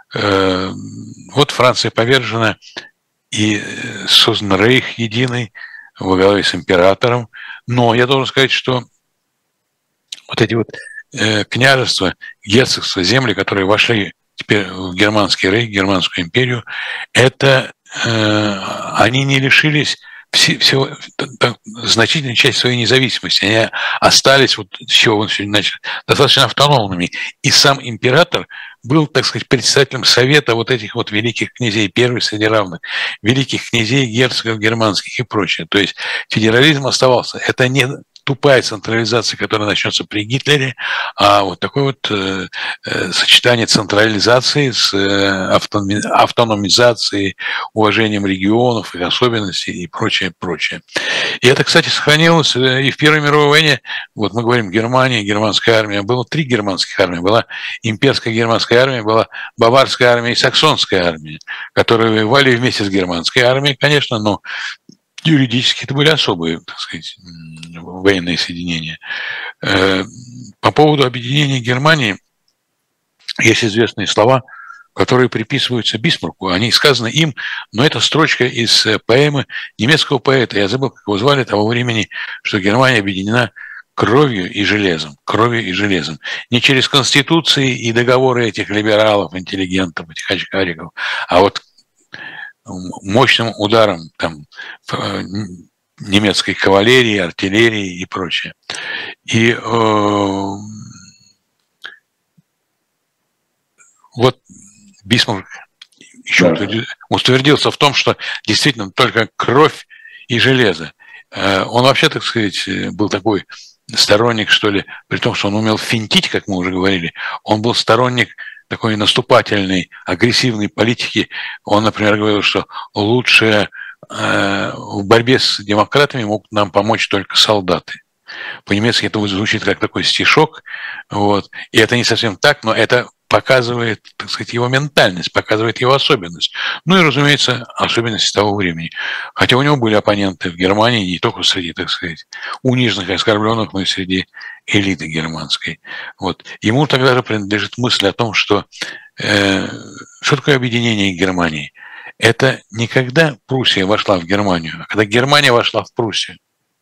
Вот Франция повержена, и создан Рейх единый, во главе с императором. Но я должен сказать, что вот эти вот княжества, герцогства, земли, которые вошли теперь в германский рейх, германскую империю, это они не лишились всего, значительной части своей независимости. Они остались, вот с чего он сегодня начал, достаточно автономными. И сам император был, так сказать, председателем совета вот этих вот великих князей, первый среди равных, великих князей, герцогов германских и прочее. То есть федерализм оставался. Это не тупая централизация, которая начнется при Гитлере, а вот такое вот э, э, сочетание централизации с э, автономи, автономизацией, уважением регионов, их особенностей и прочее, прочее. И это, кстати, сохранилось и в Первой мировой войне. Вот мы говорим Германия, германская армия. Было три германских армии. Была имперская германская армия, была баварская армия и саксонская армия, которые воевали вместе с германской армией, конечно, но юридически это были особые, так сказать, военные соединения. По поводу объединения Германии есть известные слова, которые приписываются Бисмарку. Они сказаны им, но это строчка из поэмы немецкого поэта. Я забыл, как его звали того времени, что Германия объединена кровью и железом. Кровью и железом. Не через конституции и договоры этих либералов, интеллигентов, этих очкариков, а вот мощным ударом там, немецкой кавалерии, артиллерии и прочее. И э, вот Бисмарк еще да. утвердился в том, что действительно только кровь и железо. Э, он вообще, так сказать, был такой сторонник, что ли, при том, что он умел финтить, как мы уже говорили, он был сторонник такой наступательной, агрессивной политики. Он, например, говорил, что лучше э, в борьбе с демократами могут нам помочь только солдаты. По-немецки это звучит как такой стишок, вот. И это не совсем так, но это показывает, так сказать, его ментальность, показывает его особенность. Ну и, разумеется, особенности того времени. Хотя у него были оппоненты в Германии, не только среди, так сказать, униженных и оскорбленных, но и среди элиты германской. Вот. Ему тогда же принадлежит мысль о том, что э, что такое объединение Германии? Это не когда Пруссия вошла в Германию, а когда Германия вошла в Пруссию.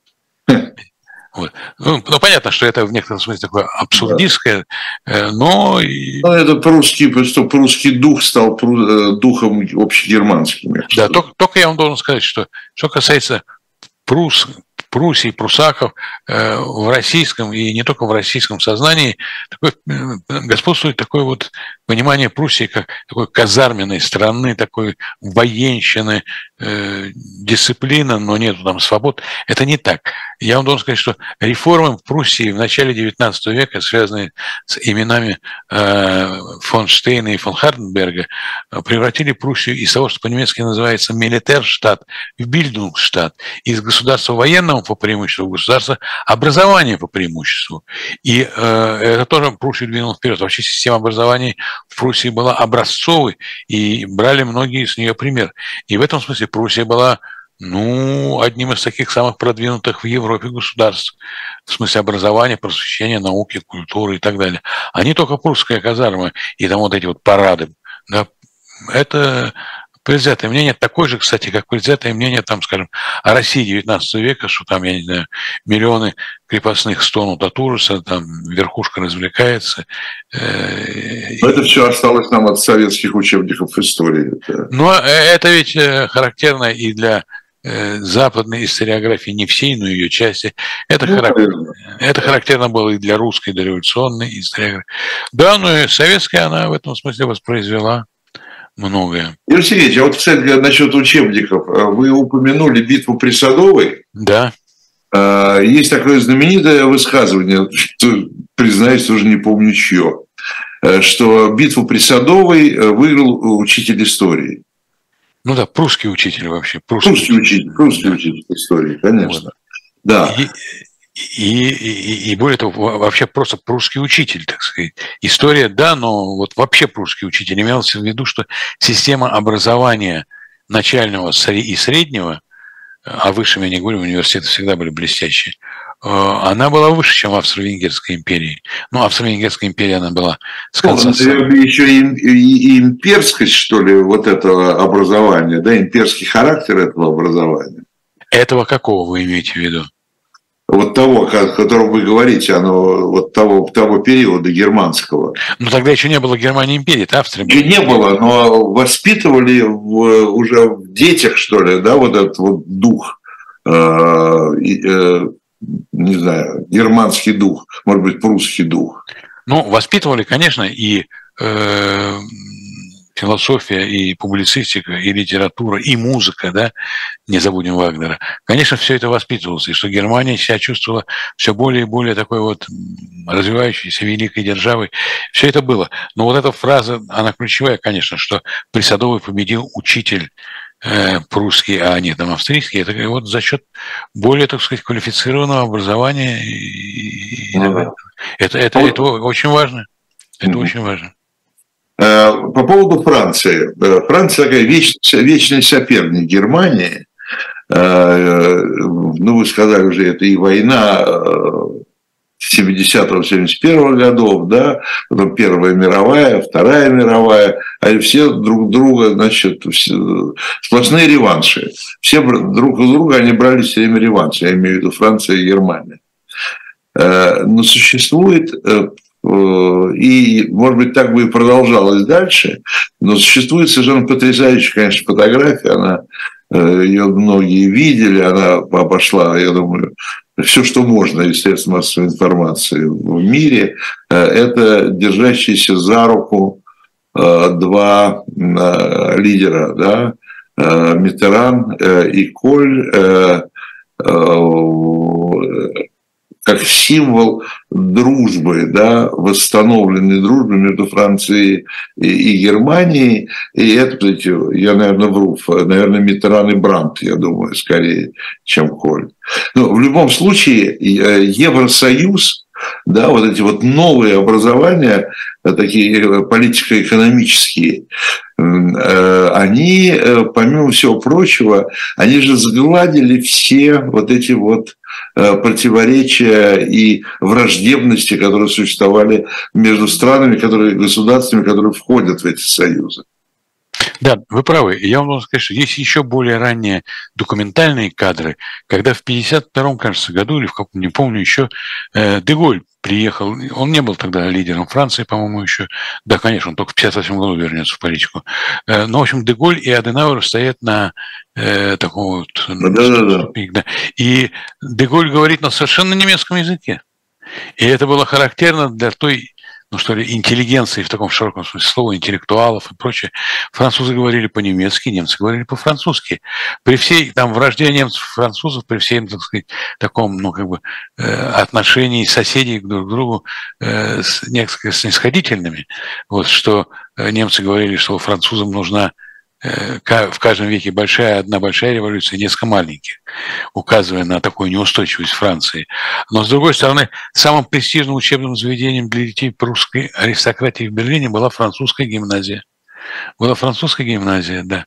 Вот. Ну, ну, понятно, что это в некотором смысле такое абсурдистское, да. но... Ну, это прусский, что прусский дух стал духом общегерманским. Да, только, только я вам должен сказать, что что касается Прус, Пруссии, прусаков э, в российском и не только в российском сознании такое, э, господствует такое вот понимание Пруссии как такой казарменной страны, такой военщины, э, дисциплина, но нету там свобод. Это не так. Я вам должен сказать, что реформы в Пруссии в начале девятнадцатого века, связанные с именами э, фон Штейна и фон Хартенберга, превратили Пруссию из того, что по-немецки называется милитарштадт, в бильдунгштадт, из государства военного по преимуществу в государство образования по преимуществу. И э, это тоже Пруссию двинуло вперед. Вообще система образования в Пруссии была образцовой, и брали многие с нее пример. И в этом смысле Пруссия была, ну, одним из таких самых продвинутых в Европе государств. В смысле образования, просвещения, науки, культуры и так далее. А не только прусская казарма и там вот эти вот парады. Да, это предвзятое мнение, такое же, кстати, как предвзятое мнение, там, скажем, о России девятнадцатого века, что там, я не знаю, миллионы крепостных стонут от ужаса, там верхушка развлекается. Но это все осталось нам от советских учебников истории. Да. Но это ведь характерно и для западной историографии, не всей, но ее части. Это, ну, характерно, это характерно было и для русской дореволюционной историографии. Да, но и советская она в этом смысле воспроизвела многое. Юрий Сергеевич, а вот, кстати, насчет учебников. Вы упомянули битву при Садовой. Да. Есть такое знаменитое высказывание, что, признаюсь, уже не помню чье, что битву при Садовой выиграл учитель истории. Ну да, прусский учитель вообще. Прусский, прусский учитель, прусский учитель истории, конечно. Вот. Да. И, и, и, и более того, вообще просто прусский учитель, так сказать. История, да, но вот вообще прусский учитель. Имелось в виду, что система образования начального и среднего, а высшими я не говорю, университеты всегда были блестящие, она была выше, чем в Австро-Венгерской империи. Ну, Австро-Венгерская империя, она была с конца... Ну, еще и, и, и имперскость, что ли, вот этого образования, да, имперский характер этого образования. Этого какого вы имеете в виду? вот того, о котором вы говорите, оно вот того, того периода германского. Ну, тогда еще не было Германии империи, это Австрия была. И не было, но воспитывали в, уже в детях, что ли, да, вот этот вот дух, э, э, не знаю, германский дух, может быть, прусский дух. Ну, воспитывали, конечно, и э, философия, и публицистика, и литература, и музыка, да, не забудем Вагнера. Конечно, все это воспитывалось, и что Германия себя чувствовала все более и более такой вот развивающейся великой державой. Все это было. Но вот эта фраза, она ключевая, конечно, что при Садовой победил учитель э, прусский, а не там австрийский. Это вот за счет более, так сказать, квалифицированного образования. И, Ага. это, это, это, это очень важно. Это mm-hmm. очень важно. По поводу Франции. Франция такая вечный, вечный соперник Германии. Ну, вы сказали уже, это и война семидесятого семьдесят первого годов, да, потом Первая мировая, Вторая мировая, а все друг друга, значит, все, сплошные реванши. Все друг у друга они брали все время реванш, я имею в виду Франция и Германия. Но существует... И, может быть, так бы и продолжалось дальше, но существует совершенно потрясающая, конечно, фотография, она, ее многие видели, она обошла, я думаю, все, что можно из средств массовой информации в мире, это держащиеся за руку два лидера, да, Миттеран и Коль, как символ дружбы, да, восстановленной дружбы между Францией и, и Германией. И это, кстати, я, наверное, вру, наверное, Миттеран и Брандт, я думаю, скорее, чем Коль. Но в любом случае, Евросоюз, да, вот эти вот новые образования, такие политико-экономические, они, помимо всего прочего, они же сгладили все вот эти вот противоречия и враждебности, которые существовали между странами, которые, государствами, которые входят в эти союзы. Да, вы правы. Я вам должен сказать, что есть еще более ранние документальные кадры, когда в пятьдесят втором, кажется, году, или в каком, не помню, еще Де-Голь приехал. Он не был тогда лидером Франции, по-моему, еще. Да, конечно, он только в пятьдесят восьмом году вернется в политику. Но, в общем, Де-Голь и Аденауэр стоят на э, таком вот... Да-да-да. И Де-Голь говорит на совершенно немецком языке. И это было характерно для той... ну что ли, интеллигенции в таком широком смысле слова, интеллектуалов и прочее. Французы говорили по-немецки, немцы говорили по-французски. При всей там вражде немцев и французов, при всем, так сказать, таком, ну, как бы, э, отношении соседей друг к другу э, с, несколько снисходительными, вот, что немцы говорили, что французам нужна в каждом веке большая, одна большая революция, несколько маленьких, указывая на такую неустойчивость Франции. Но, с другой стороны, самым престижным учебным заведением для детей прусской аристократии в Берлине была французская гимназия. Была французская гимназия, да.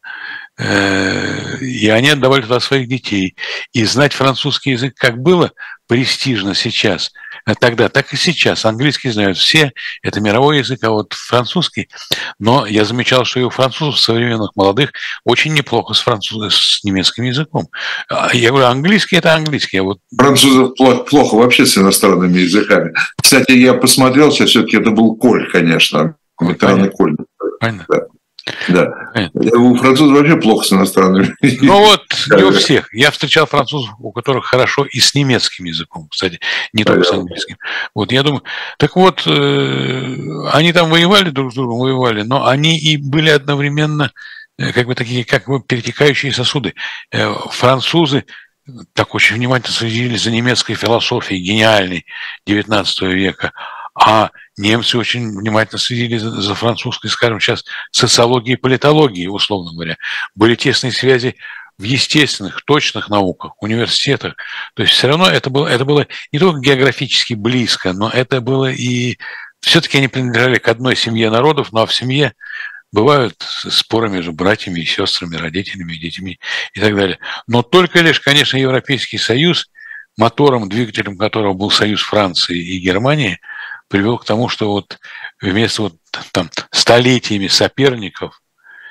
И они отдавали туда своих детей. И знать французский язык как было престижно сейчас, тогда, так и сейчас. Английский знают все, это мировой язык, а вот французский. Но я замечал, что и у французов современных молодых очень неплохо с, француз... с немецким языком. Я говорю, английский – это английский. А вот... Французов плохо вообще с иностранными языками. Кстати, я посмотрел, сейчас все-таки это был Коль, конечно. Миттеран и Коль. Понятно. Да. Да. У французов вообще плохо с иностранными. Ну вот, не у всех. Я встречал французов, у которых хорошо и с немецким языком, кстати, не только с английским. Вот, я думаю, так вот, э, они там воевали друг с другом, воевали, но они и были одновременно, э, как бы такие, как бы перетекающие сосуды. Э, французы так очень внимательно следили за немецкой философией, гениальной девятнадцатого века, а немцы очень внимательно следили за, за французской, скажем, сейчас социологией и политологией, условно говоря. Были тесные связи в естественных, точных науках, университетах. То есть все равно это было, это было не только географически близко, но это было и... Все-таки они принадлежали к одной семье народов, но в семье бывают споры между братьями и сестрами, родителями, детьми и так далее. Но только лишь, конечно, Европейский Союз, мотором, двигателем которого был союз Франции и Германии, привел к тому, что вот вместо вот там столетиями соперников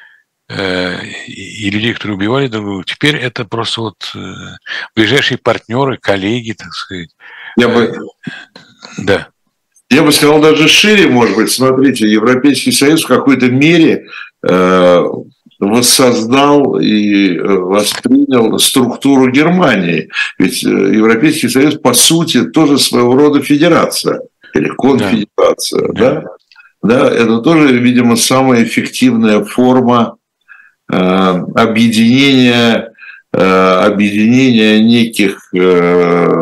и людей, которые убивали друг друга. Теперь это просто вот ближайшие партнеры, коллеги, так сказать. Я бы, да. Я бы сказал даже шире, может быть. Смотрите, Европейский Союз в какой-то мере э, воссоздал и воспринял структуру Германии. Ведь Европейский Союз, по сути, тоже своего рода федерация или конфедерация. Да. Да? Да, это тоже, видимо, самая эффективная форма э, объединения, э, объединения неких э,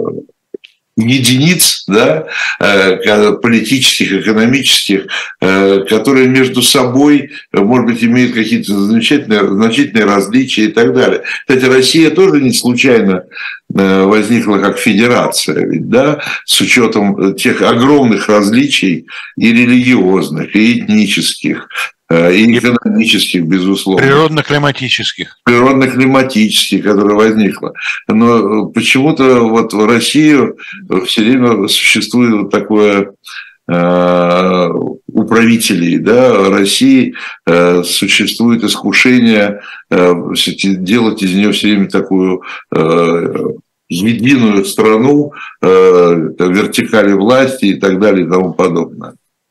единиц, да, э, политических, экономических, э, которые между собой, может быть, имеют какие-то замечательные, значительные различия и так далее. Кстати, Россия тоже не случайно э, возникла как федерация, ведь, да, с учетом тех огромных различий и религиозных, и этнических, и экономических, безусловно. Природно-климатических. Природно-климатических, которая возникла. Но почему-то вот в Россию все время существует вот такое э, у правителей, да, России э, существует искушение э, делать из нее все время такую э, единую страну, э, вертикали власти и так далее и тому подобное.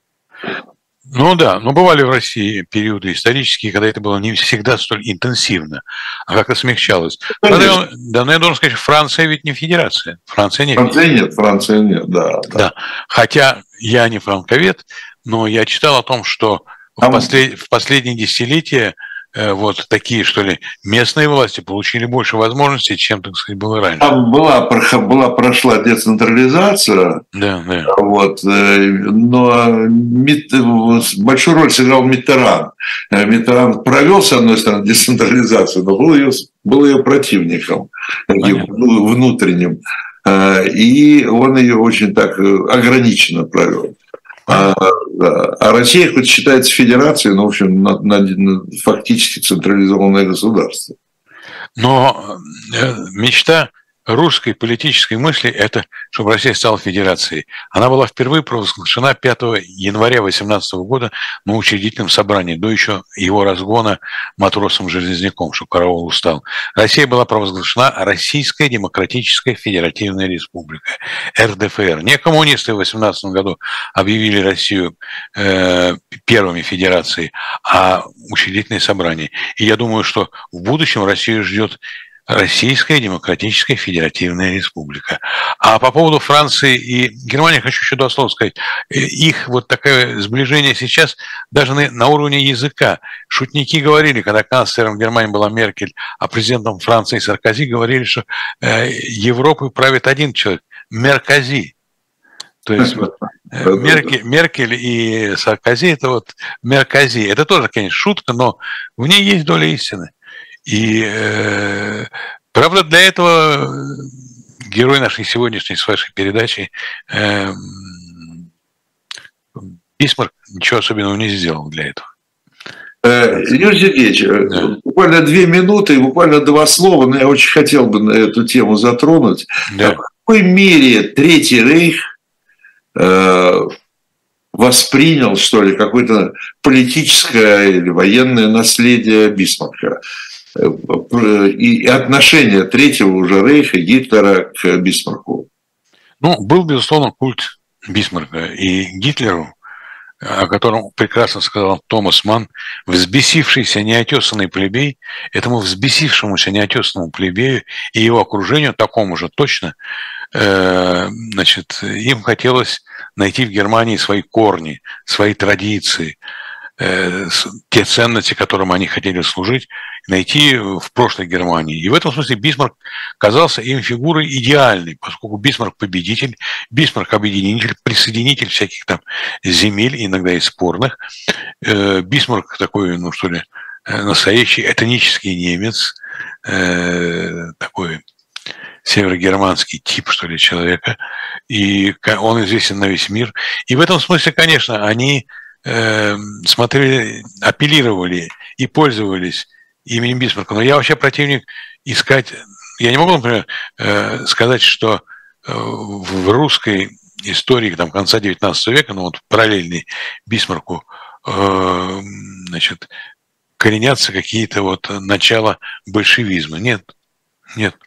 Ну да, но бывали в России периоды исторические, когда это было не всегда столь интенсивно, а как-то смягчалось. Правда, да, но я должен сказать, Франция ведь не федерация. Франция нет. Франция нет, Франция нет, да. Да, да. Хотя я не франковед, но я читал о том, что в, послед... в последние десятилетия вот такие, что ли, местные власти получили больше возможностей, чем, так сказать, было раньше. Там была, была прошла децентрализация, да, да. Вот, но большую роль сыграл Миттеран. Миттеран провел, с одной стороны, децентрализацию, но был ее, был ее противником, таким внутренним. И он ее очень так ограниченно провел. А, а Россия хоть считается федерацией, но, в общем, на, на, на фактически централизованное государство. Но мечта русской политической мысли – это чтобы Россия стала федерацией. Она была впервые провозглашена пятого января две тысячи восемнадцатого года на учредительном собрании, до еще его разгона матросом-железняком, что караул устал. Россия была провозглашена Российская Демократическая Федеративная Республика, эр дэ эф эр. Не коммунисты в две тысячи восемнадцатом году объявили Россию э, первыми федерацией, а учредительное собрание. И я думаю, что в будущем Россию ждет Российская Демократическая Федеративная Республика. А по поводу Франции и Германии хочу еще два слова сказать. Их вот такое сближение сейчас даже на, на уровне языка. Шутники говорили, когда канцлером Германии была Меркель, а президентом Франции Саркози, говорили, что э, Европой правит один человек – Меркази. То есть вот, Меркель, Меркель и Саркози – это вот Меркази. Это тоже, конечно, шутка, но в ней есть доля истины. И, э, правда, для этого герой нашей сегодняшней с вашей передачи э, Бисмарк ничего особенного не сделал для этого. Юрий Сергеевич, да. Буквально две минуты, буквально два слова, но я очень хотел бы эту тему затронуть. Да. В какой мере Третий Рейх э, воспринял, что ли, какое-то политическое или военное наследие Бисмарка? И отношение Третьего уже Рейха, Гитлера к Бисмарку? Ну, был, безусловно, культ Бисмарка. И Гитлеру, о котором прекрасно сказал Томас Манн, взбесившийся неотесанный плебей, этому взбесившемуся неотесанному плебею и его окружению, такому же точно, э, значит, им хотелось найти в Германии свои корни, свои традиции, э, те ценности, которым они хотели служить, найти в прошлой Германии. И в этом смысле Бисмарк казался им фигурой идеальной, поскольку Бисмарк победитель, Бисмарк объединитель, присоединитель всяких там земель, иногда и спорных. Бисмарк такой, ну что ли, настоящий этнический немец, такой северогерманский тип, что ли, человека. И он известен на весь мир. И в этом смысле, конечно, они смотрели, апеллировали и пользовались именем Бисмарка. Но я вообще противник искать... Я не могу, например, сказать, что в русской истории там, конца девятнадцатого века, ну вот параллельный Бисмарку, значит, коренятся какие-то вот начала большевизма. Нет, нет.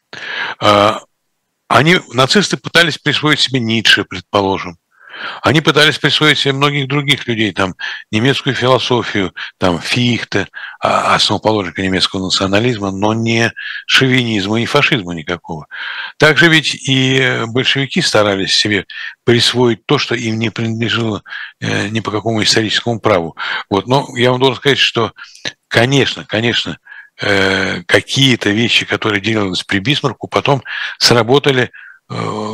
Они, нацисты, пытались присвоить себе Ницше, предположим. Они пытались присвоить себе многих других людей, там, немецкую философию, там, Фихте, основоположника немецкого национализма, но не шовинизма и фашизма никакого. Также ведь и большевики старались себе присвоить то, что им не принадлежало э, ни по какому историческому праву. Вот. Но я вам должен сказать, что, конечно, конечно, э, какие-то вещи, которые делались при Бисмарку, потом сработали э,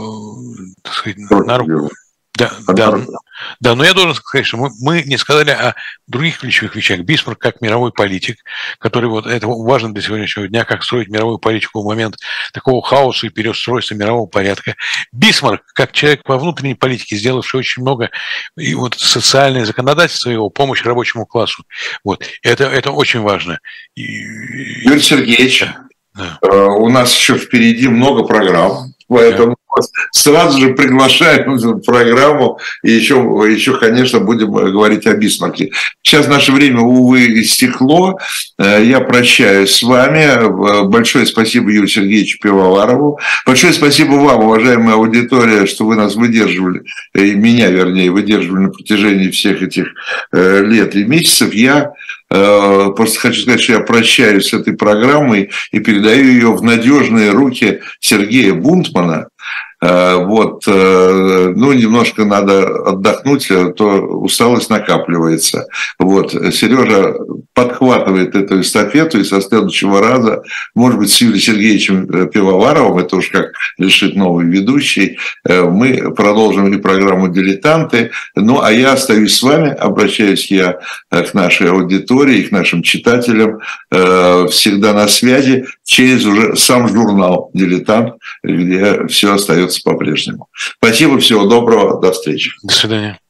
так сказать, на руку. Да, да, да, но я должен сказать, что мы, мы не сказали о других ключевых вещах. Бисмарк как мировой политик, который вот это важно для сегодняшнего дня, как строить мировую политику в момент такого хаоса и переустройства мирового порядка. Бисмарк как человек во внутренней политике, сделавший очень много, и вот социальное законодательство его, помощь рабочему классу, вот, это, это очень важно. И... Юрий Сергеевич, да. У нас еще впереди много программ, поэтому... Да. Сразу же приглашаем в программу, и еще, еще, конечно, будем говорить о Бисмарке. Сейчас наше время, увы, истекло. Я прощаюсь с вами. Большое спасибо Юрию Сергеевичу Пивоварову. Большое спасибо вам, уважаемая аудитория, что вы нас выдерживали, и меня, вернее, выдерживали на протяжении всех этих лет и месяцев. Я просто хочу сказать, что я прощаюсь с этой программой и передаю ее в надежные руки Сергея Бунтмана. Вот, ну, немножко надо отдохнуть, а то усталость накапливается. Вот, Сережа подхватывает эту эстафету, и со следующего раза, может быть, с Юрием Сергеевичем Пивоваровым, это уж как решит новый ведущий, мы продолжим и программу «Дилетанты». Ну, а я остаюсь с вами, обращаюсь я к нашей аудитории, к нашим читателям, всегда на связи через уже сам журнал «Дилетант», где все остается по-прежнему. Спасибо, всего доброго, до встречи. До свидания.